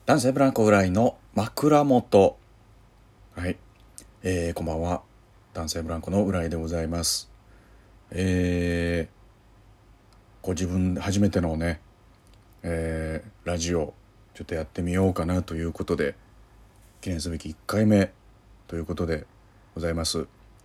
男性ブランコぐらいの枕元。はい、こんばんは。男性ブランコの浦井でございます。自分初めてのね、ラジオちょっとやってみようかなということで、記念すべき1回目ということでございます。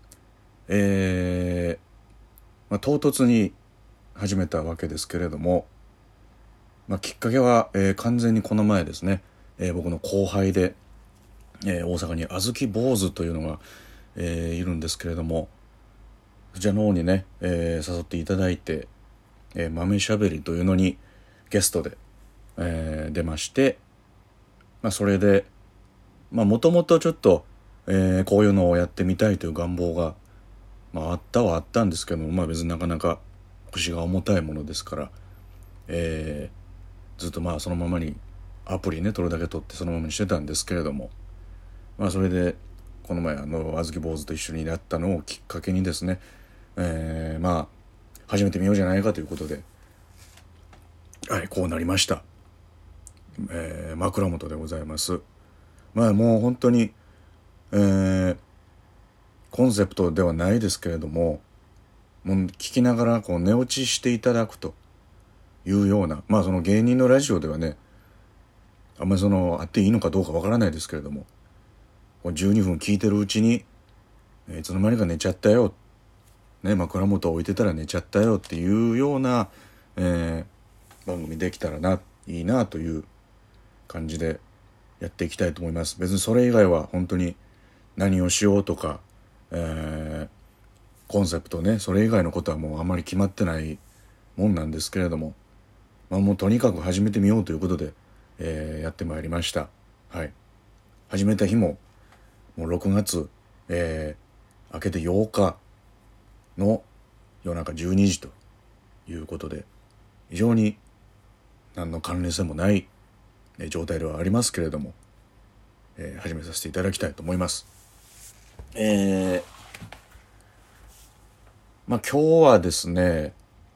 唐突に始めたわけですけれども、きっかけは、完全にこの前ですね、僕の後輩で、大阪にあずき坊主というのが、いるんですけれども、そちらの方にね、誘っていただいて、豆しゃべりというのにゲストで、出まして、それでもともとちょっと、こういうのをやってみたいという願望が、あったんですけども、別になかなか腰が重たいものですから、ずっとそのままにアプリね、撮るだけ撮ってそのままにしてたんですけれども、それでこの前あずき坊主と一緒にやったのをきっかけにですね、始めてみようじゃないかということで、こうなりました。枕元でございます。もう本当に、コンセプトではないですけれども、もう聞きながら寝落ちしていただくというような、その芸人のラジオではね、あんまりあっていいのかどうかわからないですけれども、12分聞いてるうちに、いつの間にか寝ちゃったよ、ね、枕元置いてたら寝ちゃったよっていうような、番組できたらいいなという感じでやっていきたいと思います。別にそれ以外は本当に何をしようとか、コンセプトね、それ以外のことはもうあんまり決まってないもんなんですけれども、もうとにかく始めてみようということで、やってまいりました。はい。始めた日ももう6月、明けて8日の夜中12時ということで、非常に何の関連性もない状態ではありますけれども、始めさせていただきたいと思います。今日はですね、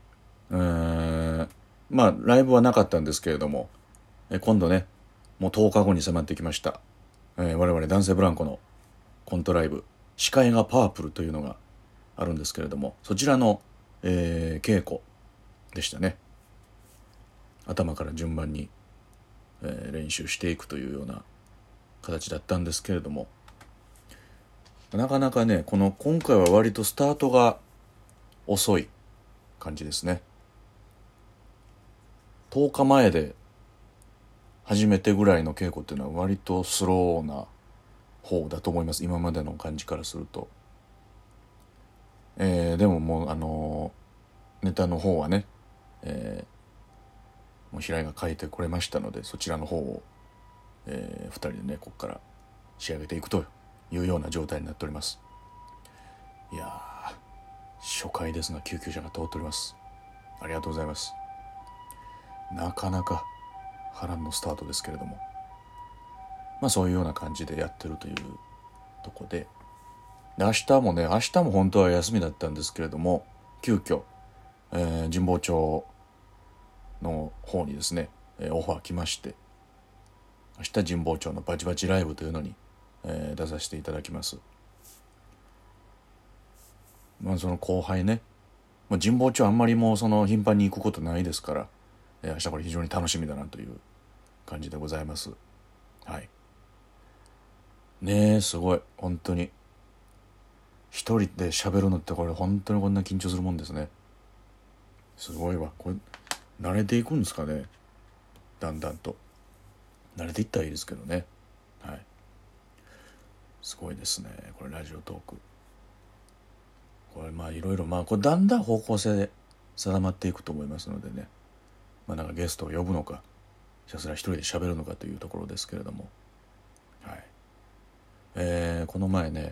ライブはなかったんですけれども、今度ね、もう10日後に迫ってきました、我々男性ブランコのコントライブ、視界がパープルというのがあるんですけれども、そちらの、稽古でしたね。頭から順番に、練習していくというような形だったんですけれども、なかなかね、今回は割とスタートが遅い感じですね。10日前で初めてぐらいの稽古っていうのは割とスローな方だと思います、今までの感じからすると。でももうネタの方はね、もう平井が書いてこれましたので、そちらの方を、2人でねここから仕上げていくというような状態になっております。いやー、初回ですが救急車が通っております。ありがとうございます。なかなか波乱のスタートですけれども、そういうような感じでやってるというとこで、明日も本当は休みだったんですけれども、急遽、神保町の方にですね、オファー来まして、明日神保町のバチバチライブというのに、出させていただきます。その後輩ね、神保町あんまりもう頻繁に行くことないですから、明日これ非常に楽しみだなという感じでございます。はい。ねえ、すごい本当に一人で喋るのってこれ本当にこんな緊張するもんですね。すごいわ。これ慣れていくんですかね。だんだんと慣れていったらいいですけどね。はい。すごいですね、これラジオトーク。これいろいろこれだんだん方向性定まっていくと思いますのでね、なんかゲストを呼ぶのか、ひたすら一人で喋るのかというところですけれども、はい。この前ね、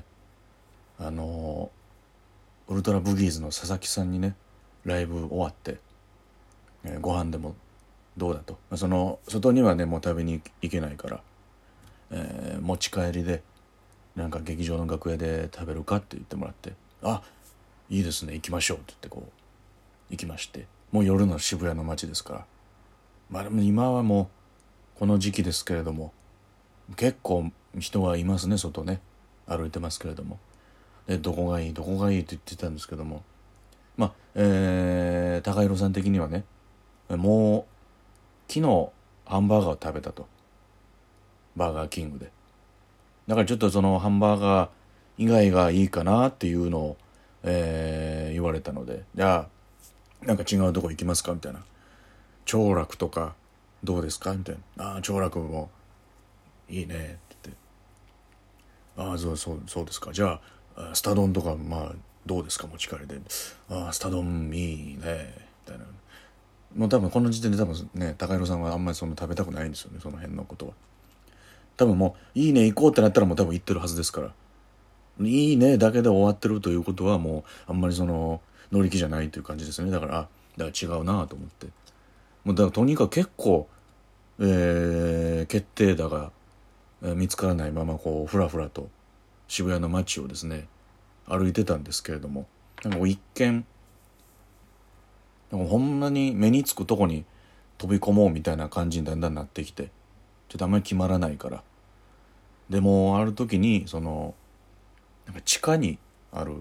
ウルトラブギーズの佐々木さんにねライブ終わって、ご飯でもどうだと、外にはねもう食べに行けないから、持ち帰りでなんか劇場の楽屋で食べるかって言ってもらって、あ、いいですね、行きましょうって言って行きまして、もう夜の渋谷の街ですから、でも今はもうこの時期ですけれども結構人はいますね。外ね歩いてますけれども、でどこがいいどこがいいって言ってたんですけども、まあ高弘さん的にはね、もう昨日ハンバーガーを食べたと、バーガーキングで。だからちょっとそのハンバーガー以外がいいかなっていうのを、言われたので、じゃあなんか違うとこ行きますかみたいな。長楽とかどうですかみたいな。ああ長楽もいいねって言って、ああそうですか、じゃあスタ丼とかまあどうですか持ち帰りで、ああスタ丼いいねみたいな。もう多分この時点で多分ね高弘さんはあんまりその食べたくないんですよね、その辺のことは。多分もういいね行こうってなったらもう多分行ってるはずですから、いいねだけで終わってるということはもうあんまりその乗り気じゃないという感じですね。だから違うなと思って、もうだからとにかく結構、決定打が見つからないままこうふらふらと渋谷の街をですね歩いてたんですけれども、なんか一見なんかほんまに目につくとこに飛び込もうみたいな感じにだんだんなってきて、ちょっとあんまり決まらないから。でもある時にそのなんか地下にある、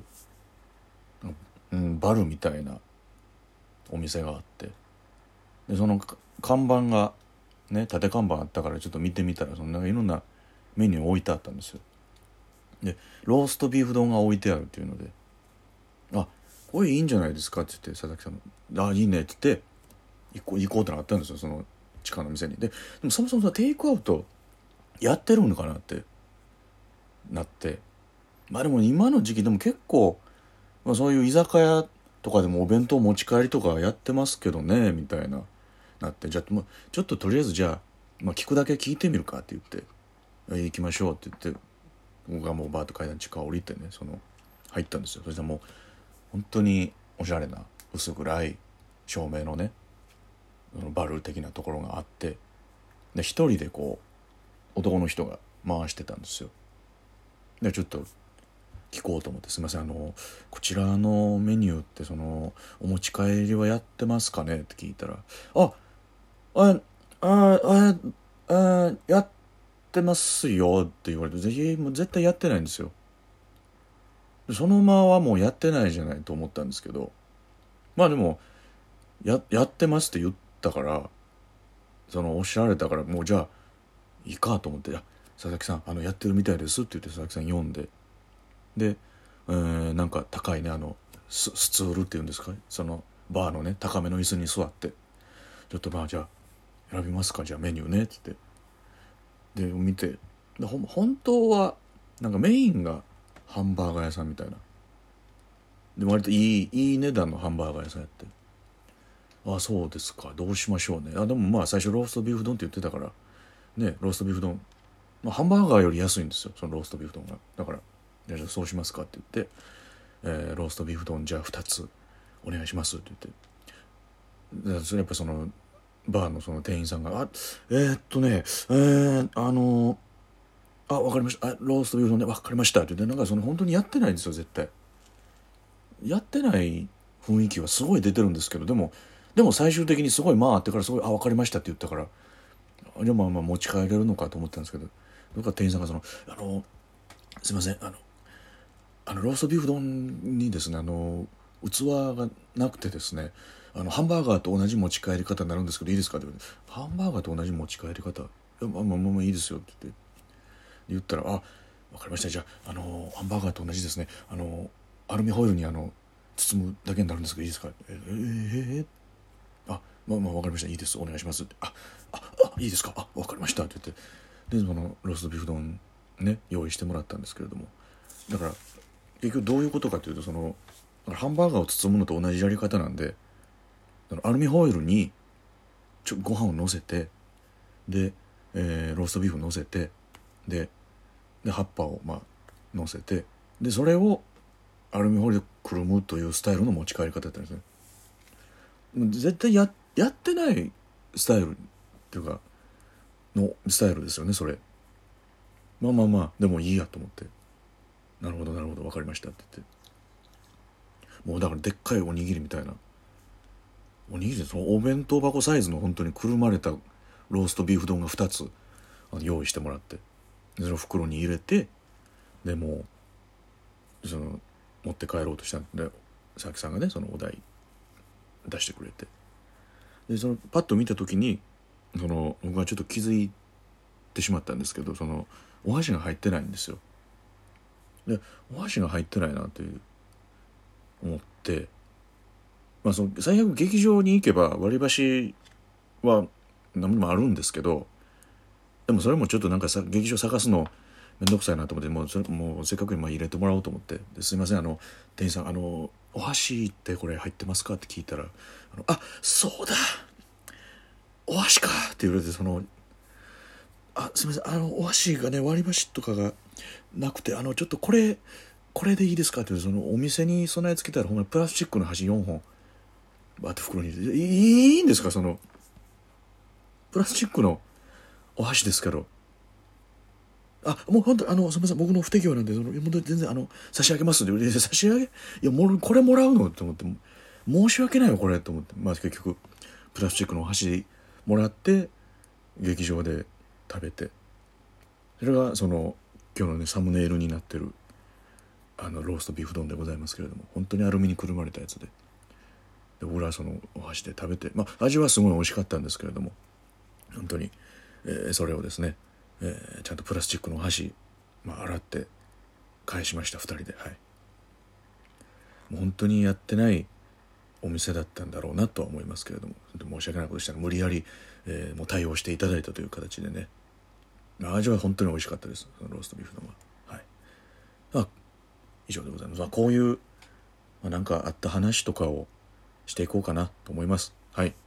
バルみたいなお店があって、でその看板がね縦看板あったからちょっと見てみたら、そのなんかいろんなメニュー置いてあったんですよ。でローストビーフ丼が置いてあるっていうので、あこれいいんじゃないですかって言って佐々木さんも、あいいねって言って行こうってなったんですよ、その地下の店に。でもそもそもさテイクアウトやってるのかなってなって、まあでも今の時期でも結構、まあ、そういう居酒屋とかでもお弁当持ち帰りとかやってますけどねみたいななって、じゃあもうちょっととりあえずじゃあ、聞くだけ聞いてみるかって言って、行きましょうって言って、僕がもうバーッと階段地下降りてね、その入ったんですよ。そしたらもう本当におしゃれな薄暗い照明のねバル的なところがあって、で一人でこう男の人が回してたんですよ。でちょっと聞こうと思って、すいませんこちらのメニューってそのお持ち帰りはやってますかねって聞いたら、ああやってますよって言われて、もう絶対やってないんですよ。そのままはもうやってないじゃないと思ったんですけど、まあでもやってますって言ったから、そのおっしゃられたからもうじゃあいいかと思って、佐々木さんやってるみたいですって言って佐々木さん呼んで、で、なんか高いねスツールっていうんですか、そのバーのね高めの椅子に座って、ちょっとまあじゃあ選びますかじゃあメニューねって言って、で見て、で本当はなんかメインがハンバーガー屋さんみたいな、で割といい値段のハンバーガー屋さんやって、あそうですかどうしましょうね、でもまあ最初ローストビーフ丼って言ってたからね、ローストビーフ丼、ハンバーガーより安いんですよそのローストビーフ丼が。だからじゃあそうしますかって言って、ローストビーフ丼じゃあ2つお願いしますって言って、それやっぱそのバーのその店員さんがわかりました、ローストビーフ丼でわかりましたって言って、なんかその本当にやってないんですよ絶対。やってない雰囲気はすごい出てるんですけど、でも最終的にすごいあってからすごいわかりましたって言ったから、じゃあまあ持ち帰れるのかと思ったんですけど、どっか店員さんがすいませんローストビーフ丼にですね器がなくてですね、ハンバーガーと同じ持ち帰り方になるんですけどいいですかって言われて、ハンバーガーと同じ持ち帰り方、いやまあいいですよって言ったら、わかりました、じゃあハンバーガーと同じですね、アルミホイルに包むだけになるんですけどいいですか、わかりました、いいですお願いしますって、いいですか、わかりましたって言って、でそのローストビーフ丼ね用意してもらったんですけれども、だから結局どういうことかというと、そのハンバーガーを包むのと同じやり方なんで、アルミホイルにご飯を乗せて、で、ローストビーフ乗せて、で葉っぱを乗せて、でそれをアルミホイルでくるむというスタイルの持ち帰り方だったんですね。絶対やってないスタイルっていうかのスタイルですよねそれ。まあでもいいやと思って、なるほど分かりましたって言って、もうだからでっかいおにぎりみたいな、おにぎりでそのお弁当箱サイズの本当にくるまれたローストビーフ丼が2つ用意してもらって、でその袋に入れて、でもうその持って帰ろうとしたんで、佐々木さんがねそのお題出してくれて、でそのパッと見た時にその僕はちょっと気づいてしまったんですけど、そのお箸が入ってないんですよ。でお箸が入ってないなって思って、まあその最悪劇場に行けば割り箸は何でもあるんですけど、でもそれもちょっとなんか劇場探すのめんどくさいなと思って、もうせっかくに入れてもらおうと思って、すいません店員さんお箸ってこれ入ってますかって聞いたら、あ、そうだお箸かって言われて、すいませんお箸がね割り箸とかがなくて、ちょっとこれでいいですかってそのお店に備え付けたらほんまにプラスチックの箸4本バーって袋に入れて、いいんですか、そのプラスチックのお箸ですけど、もう本当すみません僕の不手際なんで本当に全然差し上げますんで、差し上げいやもうこれもらうのと思って、申し訳ないよこれと思って、結局プラスチックのお箸もらって劇場で食べて、それがその今日のねサムネイルになってるローストビーフ丼でございますけれども、本当にアルミにくるまれたやつで、僕らはそのお箸で食べて、味はすごい美味しかったんですけれども、本当に、それをですね、ちゃんとプラスチックのお箸、洗って返しました2人で。はい、もう本当にやってないお店だったんだろうなとは思いますけれども、本当申し訳ないことしたら無理やり、もう対応していただいたという形でね、味は本当に美味しかったです、ローストビーフ丼は。はい、以上でございます。こういう、なんかあった話とかをしていこうかなと思います。はい。